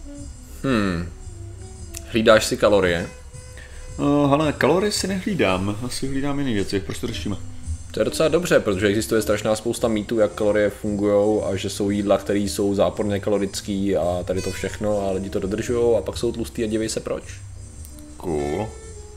Hlídáš si kalorie? Hele, kalorie si nehlídám, asi hlídám jiné věci, proč to řešíme? To je docela dobře, protože existuje strašná spousta mýtů, jak kalorie fungují a že jsou jídla, které jsou záporně kalorický a tady to všechno a lidi to dodržují a pak jsou tlustý a diví se proč. Cool.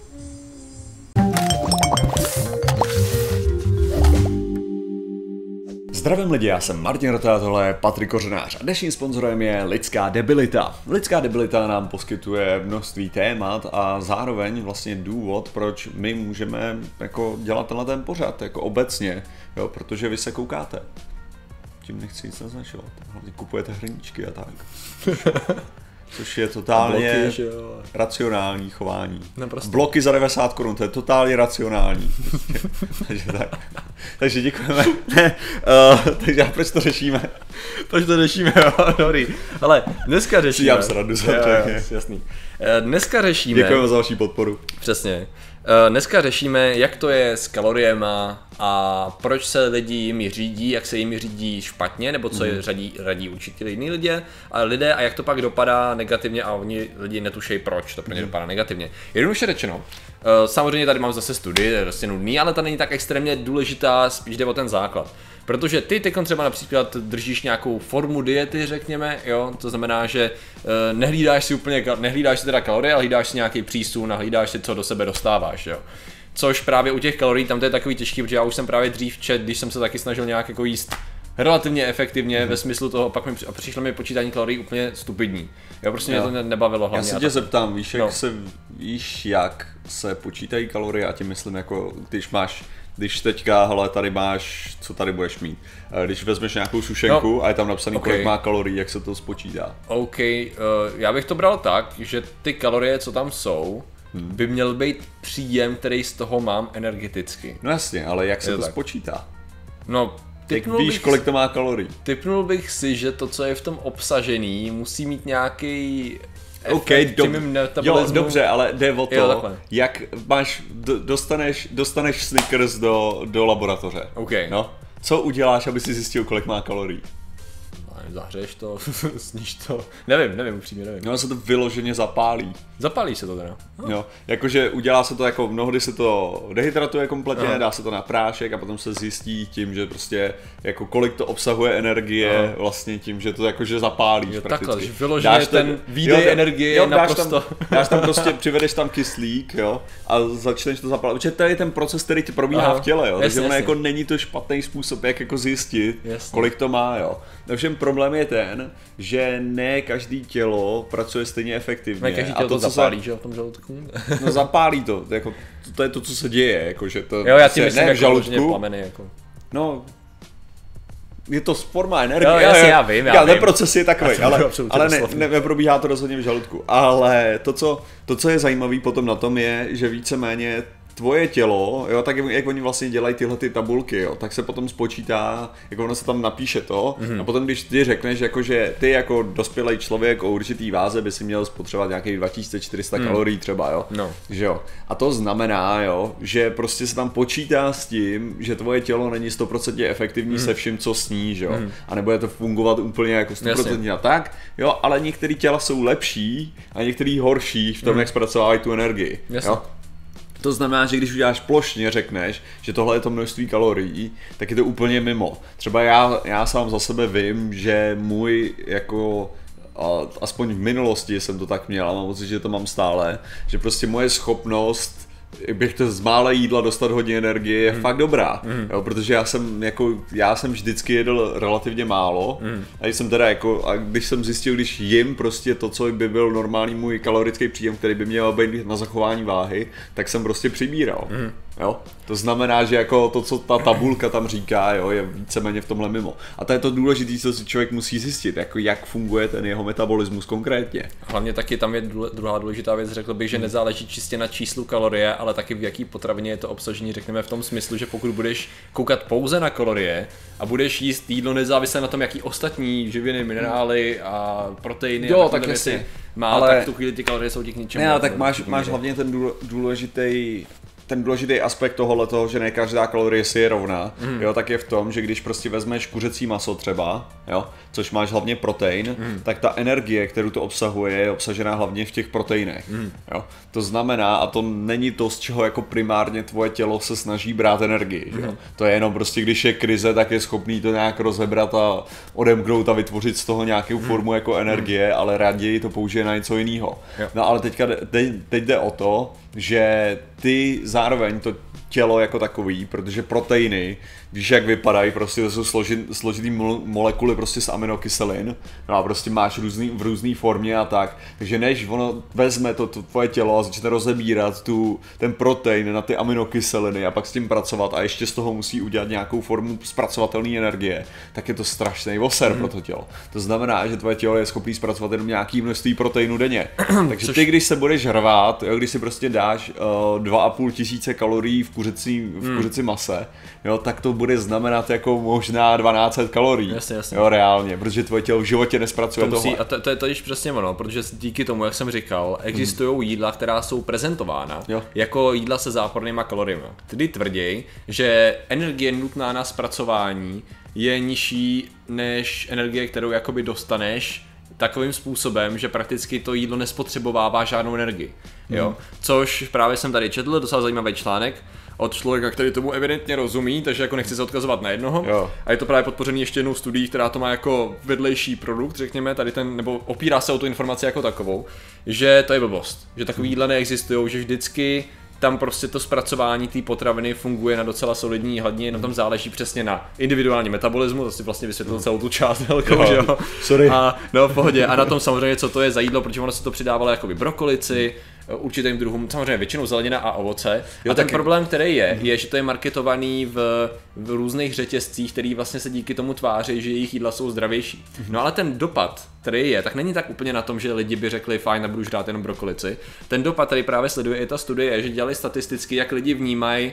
Zdravím lidi, já jsem Martin Rota, tohle je Patrik Kořenář a dnešním sponzorem je Lidská debilita. Lidská debilita nám poskytuje množství témat a zároveň vlastně důvod, proč my můžeme jako dělat tenhle ten pořad, jako obecně, jo, protože vy se koukáte. Tím nechci nic naznačovat, hlavně kupujete hrníčky a tak. Což je totálně bloky, racionální chování. Naprosto. Bloky za 90 korun, to je totálně racionální. takže děkujeme. Takže proč to řešíme? Proč to řešíme, dobrý. Ale dneska řešíme. Já se radu za to. Jasný. Dneska řešíme. Děkujeme za vaši podporu. Přesně. Dneska řešíme, jak to je s kaloriema a proč se lidi jimi řídí, jak se jimi řídí špatně, nebo co je radí určitě jiný lidé a jak to pak dopadá negativně a oni lidi netušejí, proč to pro ně dopadá negativně. Jednoduše řečeno, samozřejmě tady mám zase studii, to je prostě nudný, ale ta není tak extrémně důležitá, spíš jde o ten základ. Protože ty třeba například držíš nějakou formu diety, řekněme, jo, to znamená, že nehlídáš si teda kalorie, ale hlídáš si nějaký přísun a hlídáš si, co do sebe dostáváš, jo. Což právě u těch kalorií tam to je takový těžký, protože já už jsem právě dřív čet, když jsem se taky snažil nějak jako jíst relativně efektivně ve smyslu toho, pak přišlo mi počítání kalorií úplně stupidní. Jo, prostě mě to nebavilo hlavně. Já se tě zeptám, víš, jak se počítají kalorie a tím myslím jako, když teďka, hele, tady máš, co tady budeš mít. Když vezmeš nějakou sušenku a je tam napsaný, kolik má kalorií, jak se to spočítá? OK, já bych to bral tak, že ty kalorie, co tam jsou, by měl být příjem, který z toho mám energeticky. No jasně, ale jak se to spočítá? No, víš, kolik to má kalorií? Tipnul bych si, že to, co je v tom obsažený, musí mít nějaký jo, dobře, ale jde o to, jak dostaneš Snickers do laboratoře. No, co uděláš, aby si zjistil, kolik má kalorií? Zahřeješ to, sníš to, nevím, upřímně nevím. No, se to vyloženě zapálí. Zapálí se to teda. Jo, jakože udělá se to jako, mnohdy se to dehydratuje kompletně, dá se to na prášek a potom se zjistí tím, že prostě jako kolik to obsahuje energie, vlastně tím, že to jakože zapálíš jo, prakticky. Takhle, že vyloženě ten výdej energie je naprosto... Dáš tam prostě, přivedeš tam kyslík, jo, a začneš to zapálit. Protože to je ten proces, který ti probíhá v těle, jo, takže ono jako není to špatný způsob, jak jako zjistit, kolik to má, jo. Ovšem problém je ten, že ne každý tělo pracuje stejně efektivně. Ne každý tělo to zapálí, že v tom žaludku? No zapálí to, jako, to je to, co se děje, jako, že to jo, já tím myslím, ne v žaludku. Plameny, jako. No, je to forma energie. Jo, jasně, já vím. Ten proces je takový, ale neprobíhá to rozhodně v žaludku. Ale to, co je zajímavé potom na tom je, že víceméně tvoje tělo, jo, tak jak oni vlastně dělají tyhle ty tabulky, jo, tak se potom spočítá, jako ono se tam napíše to, a potom když ty řekneš, jako, že ty jako dospělý člověk o určitý váze by si měl spotřebovat nějakých 2400 kalorií třeba, jo, že jo. A to znamená, jo, že prostě se tam počítá s tím, že tvoje tělo není 100% efektivní se vším, co sní, že jo, a nebude to fungovat úplně jako 100% a tak, jo, ale některé těla jsou lepší a některé horší v tom, jak zpracovávají tu energii, jo. To znamená, že když uděláš plošně, řekneš, že tohle je to množství kalorií, tak je to úplně mimo. Třeba já sám za sebe vím, že můj jako aspoň v minulosti jsem to tak měl a mám pocit, že to mám stále, že prostě moje schopnost bych to z mála jídla dostat hodně energie je fakt dobrá, jo, protože já jsem vždycky jedl relativně málo a jsem teda jako, a když jsem zjistil, když jim prostě to, co by byl normální můj kalorický příjem, který by měl být na zachování váhy, tak jsem prostě přibíral. Jo? To znamená, že jako to, co ta tabulka tam říká, jo, je víceméně v tomhle mimo. A to je to důležité, co si člověk musí zjistit, jako jak funguje ten jeho metabolismus konkrétně. Hlavně taky tam je druhá důležitá věc, řekl bych, že nezáleží čistě na číslu kalorie, ale taky v jaký potravině je to obsažení, řekněme v tom smyslu, že pokud budeš koukat pouze na kalorie a budeš jíst jídlo nezávisle na tom, jaký ostatní živiny, minerály a proteiny jo, a tak jasně. Má, ale tak v tu chvíli ty kalorie jsou ti k ničemu. Ne, tak máš hlavně ten důležitý ten důležitý aspekt tohoto, že ne každá kalorie si je rovná, jo, tak je v tom, že když prostě vezmeš kuřecí maso třeba, jo, což máš hlavně protein, tak ta energie, kterou to obsahuje, je obsažená hlavně v těch proteinech. Jo. To znamená, a to není to, z čeho jako primárně tvoje tělo se snaží brát energii. Že? To je jenom prostě, když je krize, tak je schopný to nějak rozebrat a odemknout a vytvořit z toho nějakou formu jako energie, ale raději to použije na něco jiného. No ale teď jde o to, že ty zároveň to tělo jako takový, protože proteiny, víš jak vypadají, prostě to jsou složitý molekuly prostě z aminokyselin, no a prostě máš v různé formě a tak, takže než ono vezme to tvoje tělo a začne rozebírat ten protein na ty aminokyseliny a pak s tím pracovat a ještě z toho musí udělat nějakou formu zpracovatelné energie, tak je to strašný voser pro to tělo. To znamená, že tvoje tělo je schopný zpracovat jenom nějaký množství proteinu denně. Takže ty, když se budeš hrvat, jo, když si prostě dáš 2,5 tisíce kalorií v kuřecí mase, jo, tak to bude znamenat jako možná 1200 kalorií. Jasně. Jo, reálně, protože tvoje tělo v životě nespracuje tohle. A to je totiž přesně ono, protože díky tomu, jak jsem říkal, existují jídla, která jsou prezentována jako jídla se zápornýma kaloriemi. Tedy tvrdí, že energie nutná na zpracování je nižší než energie, kterou jakoby dostaneš takovým způsobem, že prakticky to jídlo nespotřebovává žádnou energii. Jo? Což právě jsem tady četl, docela zajímavý článek od člověka, který tomu evidentně rozumí, takže jako nechci se odkazovat na jednoho. Jo. A je to právě podpořený ještě jednou studií, která to má jako vedlejší produkt, řekněme, tady ten, nebo opírá se o tu informaci jako takovou, že to je blbost, že takový jídla neexistují, že vždycky tam prostě to zpracování té potraviny funguje na docela solidní hladně, jenom tam záleží přesně na individuální metabolismu, to si vlastně vysvětlil celou tu část velkou, že jo? Sorry. A no v pohodě, a na tom samozřejmě, co to je za jídlo, protože ono se to přidávalo jakoby brokolici, určitým druhům, samozřejmě většinou zelenina a ovoce. Jo, a ten problém, který je, že to je marketovaný v různých řetězcích, který vlastně se díky tomu tváří, že jejich jídla jsou zdravější. No ale ten dopad, který je, tak není tak úplně na tom, že lidi by řekli fajn, nebudu žrát jenom brokolici. Ten dopad, který právě sleduje i ta studie, že dělali statisticky, jak lidi vnímají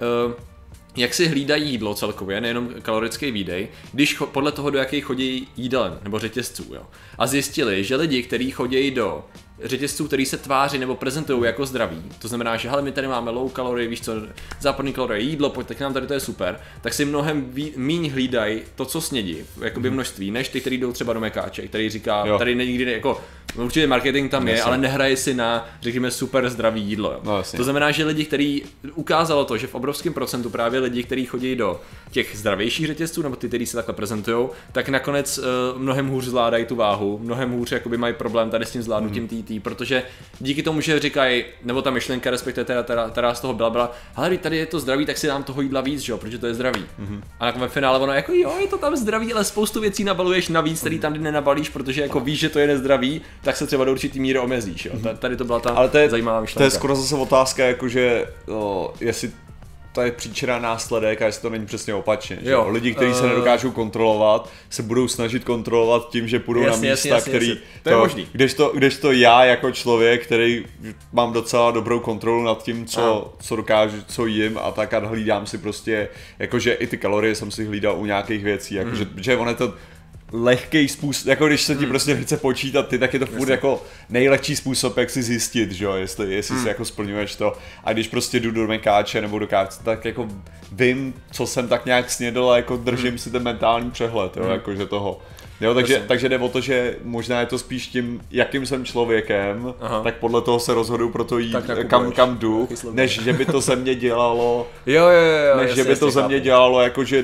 jak si hlídají jídlo celkově, nejenom kalorický výdej, když podle toho, do jakých chodí jídelen nebo řetězců, jo. A zjistili, že lidi, kteří chodí do řetězců, který se tváří nebo prezentují jako zdraví, to znamená, že hele, my tady máme low calorie, víš co, záporný kalorie, jídlo, pojďte k nám, tady to je super, tak si mnohem míň hlídají to, co snědí, jakoby množství, než ty, kteří jdou třeba do mekáče, který říká, tady nikdy jako, určitě marketing tam je, ale nehraje si na, řekněme, super zdravý jídlo. Jo. No, to znamená, že lidi, kteří ukázalo to, že v obrovském procentu právě lidi, kteří chodí do těch zdravějších řetězců, nebo ty, kteří se takhle prezentují, tak nakonec mnohem hůř zvládají tu váhu, mnohem hůř jakoby mají problém tady s tím zvládnutím protože díky tomu, že říkají, nebo ta myšlenka, respektive teda z toho byla, hele, tady je to zdraví, tak si dám toho jídla víc, že jo, protože to je zdraví. A ve finále ono jako jo, je to tam zdraví, ale spoustu věcí nabaluješ navíc, který tam nenabalíš, protože jako víš, že to je nezdravý, tak se třeba do určitý míry omezíš, jo. Tady to byla ta zajímavá myšlenka. To je skoro zase otázka, jakože jestli to je příčina následek a jestli to není přesně opačně. Že? Lidi, kteří se nedokážou kontrolovat, se budou snažit kontrolovat tím, že půjdou na místa, který to je možný. Kdežto já jako člověk, který mám docela dobrou kontrolu nad tím, co dokážu, co jim a tak a hlídám si prostě, jakože i ty kalorie jsem si hlídal u nějakých věcí, jakože, že on je to lehký způsob, jako když se ti prostě nechce počítat ty, tak je to furt jako nejlehčí způsob, jak si zjistit, že jo, jestli si jako splňuješ to. A když prostě jdu do mekáče nebo do kávce, tak jako vím, co jsem tak nějak snědl a jako držím si ten mentální přehled, jo, jakože toho. Jo, takže jde o to, že možná je to spíš tím, jakým jsem člověkem, tak podle toho se rozhoduju pro to jít, kam jdu, než že by to ze mě dělalo, než že by to ze mě dělalo, jakože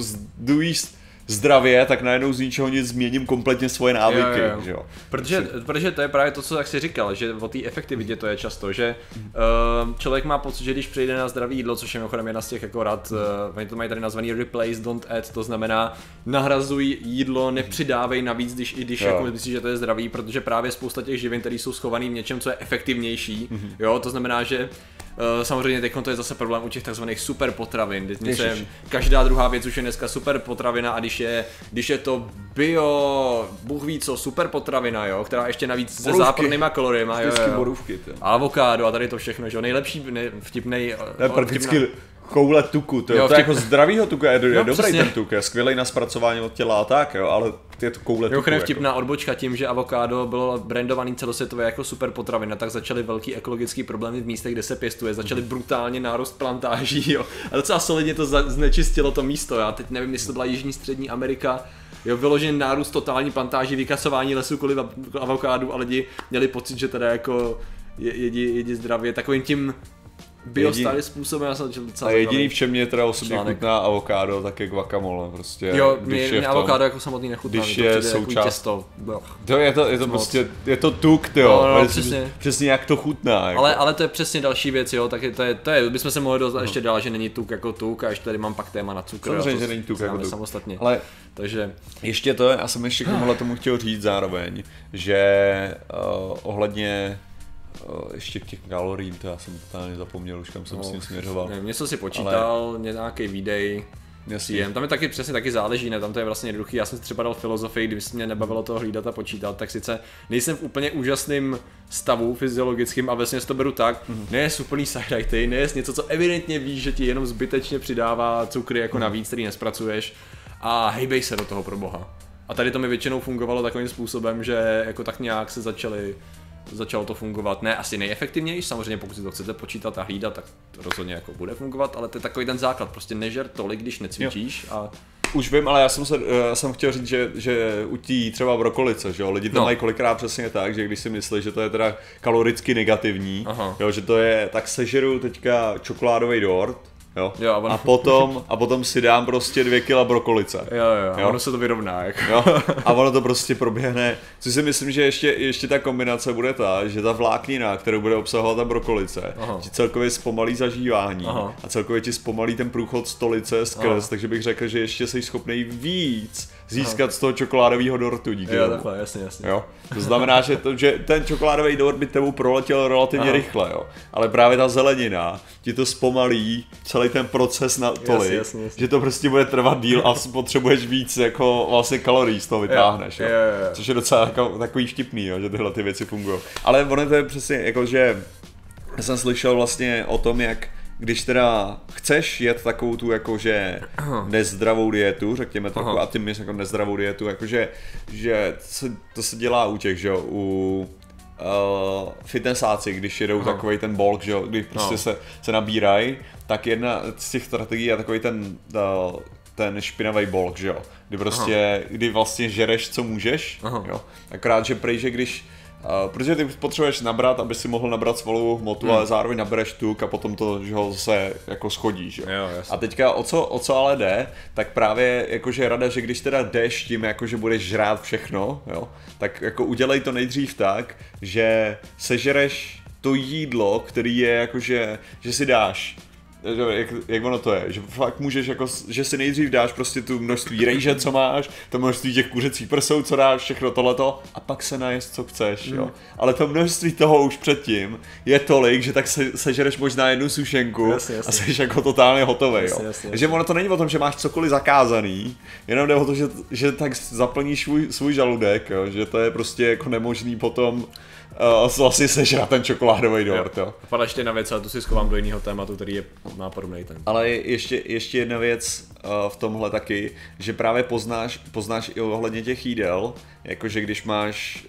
jdu jíst zdravě, tak najednou z ničeho nic změním kompletně svoje návyky. Jo. Protože to je právě to, co tak si říkal, že o té efektivitě to je často, že člověk má pocit, že když přijde na zdravé jídlo, což je mimochodem jedna z těch jako rad, oni to mají tady nazvaný replace, don't add, to znamená nahrazuj jídlo, nepřidávej navíc, když jako myslíš, že to je zdravý, protože právě spousta těch živin, které jsou schovaný v něčem, co je efektivnější, jo, to znamená, že samozřejmě teď to je zase problém u těch takzvaných super potravin, každá druhá věc už je dneska super potravina a když je to bio, Bůh ví co, super potravina, jo, která ještě navíc se zápornýma kaloriemi, borůvky, avokádo a tady to všechno, že jo, nejlepší, vtipnej. Prakticky koule tuku, to je jako zdravýho tuku, je dobrý přesně. Ten tuk, je skvělý na zpracování od těla a tak, jo, ale je to koule tuku. Jo, vtipná odbočka tím, že avokádo bylo brandovaný celosvětově jako super potravina, tak začaly velký ekologický problémy v místech, kde se pěstuje, začaly brutálně nárůst plantáží, jo. A docela solidně to znečistilo to místo, já teď nevím, jestli to byla Jižní Střední Amerika, jo, vyložen nárůst totální plantáží, vykasování lesů kvůli avokádu a lidi měli pocit, že teda jako jedí zdravě, takovým tím biostyle způsobem, já jsem docela a jediný v čem mě teda osobně chutná avokádo, tak je guacamole, prostě. Jo, mě avokádo jako samotný nechutná, když je součást těsto. Je to prostě, je to tuk, jo, přesně jak to chutná. Jako. Ale to je přesně další věc, jo, tak to je, bychom se mohli dostat ještě dál, že není tuk jako tuk a ještě tady mám pak téma na cukr. Samozřejmě, že není tuk jako tuk. Samostatně. Ale takže ještě to, já jsem ještě k tomu chtěl říct zároveň, že ohledně ještě těch kalorií, to já jsem totálně zapomněl, už kam jsem s tím směřoval. Nevím, něco si počítal, nějaký výdej. Tam je taky přesně taky záleží, ne? Tam to je vlastně jednoduchý. Já jsem si třeba dal filozofii, kdyby se mě nebavilo toho hlídat a počítat, tak sice nejsem v úplně úžasným stavu fyziologickým a vlastně to beru tak, nejes úplný side nejes něco, co evidentně víš, že ti jenom zbytečně přidává cukry jako navíc, který nespracuješ a hejbej se do toho pro boha. A tady to mi většinou fungovalo takovým způsobem, že jako tak nějak se začalo to fungovat, ne asi nejefektivnější, samozřejmě pokud si to chcete počítat a hlídat, tak to rozhodně jako bude fungovat, ale to je takový ten základ, prostě nežer tolik, když necvičíš a... Už vím, ale já jsem chtěl říct, že u tí třeba brokolice, že jo, lidi to mají kolikrát přesně tak, že když si myslí, že to je teda kaloricky negativní, jo, že to je, tak sežeru teďka čokoládový dort, jo, a potom si dám prostě 2 kila brokolice. Jo, ono se to vyrovná, jako. Jo, a ono to prostě proběhne, což si myslím, že ještě ta kombinace bude ta, že ta vláknina, kterou bude obsahovat ta brokolice, ti celkově zpomalí zažívání a celkově ti zpomalí ten průchod stolice skrz, takže bych řekl, že ještě jsi schopný víc získat z toho čokoládového dortu díky tomu. Takhle, jasně. Jo? To znamená, že ten čokoládový dort by tebou proletěl relativně rychle, jo? Ale právě ta zelenina ti to zpomalí celý ten proces na tolik, jasně. Že to prostě bude trvat díl a potřebuješ víc jako vlastně kalorií z toho vytáhneš, jo? Což je docela takový vtipný, jo? Že tyhle ty věci fungují. Ale ono to je přesně jako, že jsem slyšel vlastně o tom, jak když teda chceš jet takovou tu jakože nezdravou dietu, řekněme trochu, a ty myslíš jako nezdravou dietu, jakože že to se dělá u těch, že jo, u fitnessáci, když jedou takovej ten bulk, že jo, když prostě se nabírají, tak jedna z těch strategií je takový ten špinavý bulk, že jo, kdy prostě, kdy vlastně žereš, co můžeš, jo, akorát, že prej, že když protože ty potřebuješ nabrat, aby si mohl nabrat svalovou hmotu, ale zároveň nabereš tuk a potom to, že ho zase jako schodíš. Jo? A teďka o co ale jde, tak právě jakože rada, že když teda jdeš tím, jakože budeš žrát všechno, jo, tak jako udělej to nejdřív tak, že sežereš to jídlo, který je jakože, že si dáš. Jak ono to je, že fakt můžeš jako, že si nejdřív dáš prostě tu množství rejže, co máš, to množství těch kuřecích prsou, co dáš, všechno tohleto a pak se najest, co chceš, jo. Ale to množství toho už předtím je tolik, že tak sežereš možná jednu sušenku a jsi jako totálně hotovej, jo. Takže ono to není o tom, že máš cokoliv zakázaný, jenom jde o to, že tak zaplníš svůj žaludek, jo, že to je prostě jako nemožný potom vlastně sežrat ten čokoládový dort, jo. Padla ještě jedna věc, ale tu si schovám do jiného tématu, který má podobný ten. Ale ještě jedna věc v tomhle taky, že právě poznáš i ohledně těch jídel, jakože když máš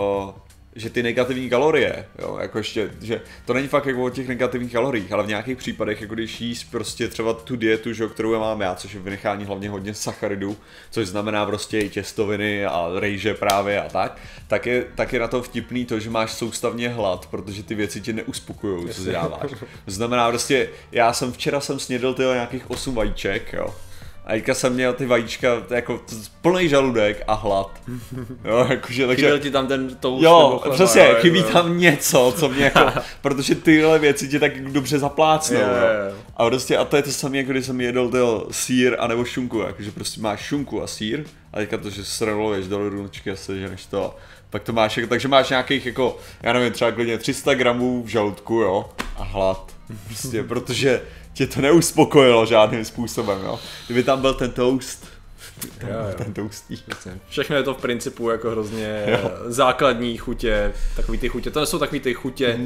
že ty negativní kalorie, jo, jako ještě, že to není fakt jako o těch negativních kaloriích, ale v nějakých případech, jako když jíš prostě třeba tu dietu, že, kterou já mám já, což je vynechání hlavně hodně sacharidů, což znamená prostě i těstoviny a rejže právě a tak je na to vtipný to, že máš soustavně hlad, protože ty věci tě neuspokujou, co si dáváš. To znamená prostě, včera jsem snědl nějakých 8 vajíček, jo. A teďka jsem měl ty vajíčka jako plný žaludek a hlad. Jo, jakože, takže... Chyběl ti tam ten toast? Jo, přesně, chybí tam něco, co mě jako... protože tyhle věci tě tak dobře zaplácnou, jo. A prostě, a to je to samé, jako když jsem jedl sýr anebo šunku, jakože prostě máš šunku a sýr a teďka to, že sroluješ do ručky a seženeš to. Pak to máš, takže máš nějakých jako, já nevím, třeba klidně 300 gramů v žaludku, jo, a hlad. Prostě, protože tě to neuspokojilo žádným způsobem, jo. Kdyby tam byl ten toast, ten toastík. Všechno je to v principu jako hrozně základní chutě, takový ty chutě, to jsou takový ty chutě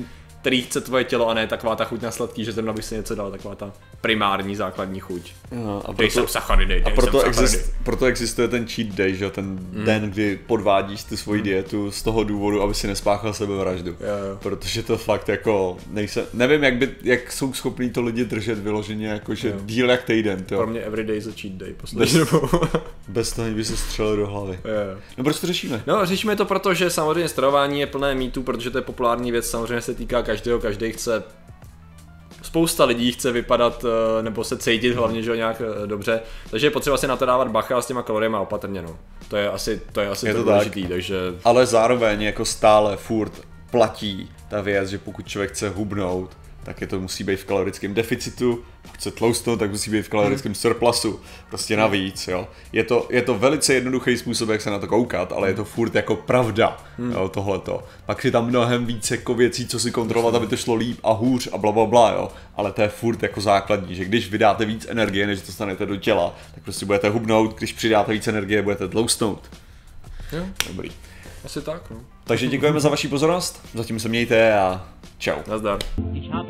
který chce tvoje tělo a ne taková ta chuť na sladký, že zrovna by si něco dal, taková ta primární základní chuť. A dej sem sacharidy, proto existuje ten cheat day, že ten den, kdy podvádíš tu svoji dietu z toho důvodu, aby si nespáchal sebevraždu. Protože to fakt jako nevím, jak jsou schopní to lidi držet vyloženě jakože díl jak týden. Pro mě everyday is a cheat day poslední dobou. Bez toho by se střelil do hlavy. No proč to řešíme? No řešíme to proto, že samozřejmě stravování je plné mýtů, protože to je populární věc, samozřejmě se týká každého, každý chce, spousta lidí chce vypadat nebo se cítit hlavně, že nějak dobře, takže je potřeba si na to dávat bacha s těma kaloriemi opatrně, no. To je asi to důležitý, takže... Ale zároveň jako stále furt platí ta věc, že pokud člověk chce hubnout, tak je to musí být v kalorickém deficitu, pokud chce tloustnout, tak musí být v kalorickém surplusu, prostě navíc, jo. Je to velice jednoduchý způsob, jak se na to koukat, ale je to furt jako pravda, jo, tohleto. Pak je tam mnohem víc jako věcí, co si kontrolovat, aby to šlo líp a hůř a blablabla, jo. Ale to je furt jako základní, že když vydáte víc energie, než dostanete do těla, tak prostě budete hubnout, když přidáte víc energie, budete tloustnout. Jo. Dobrý. Asi tak, no. Takže děkujeme za vaši pozornost, zatím se mějte a čau. Nazdar.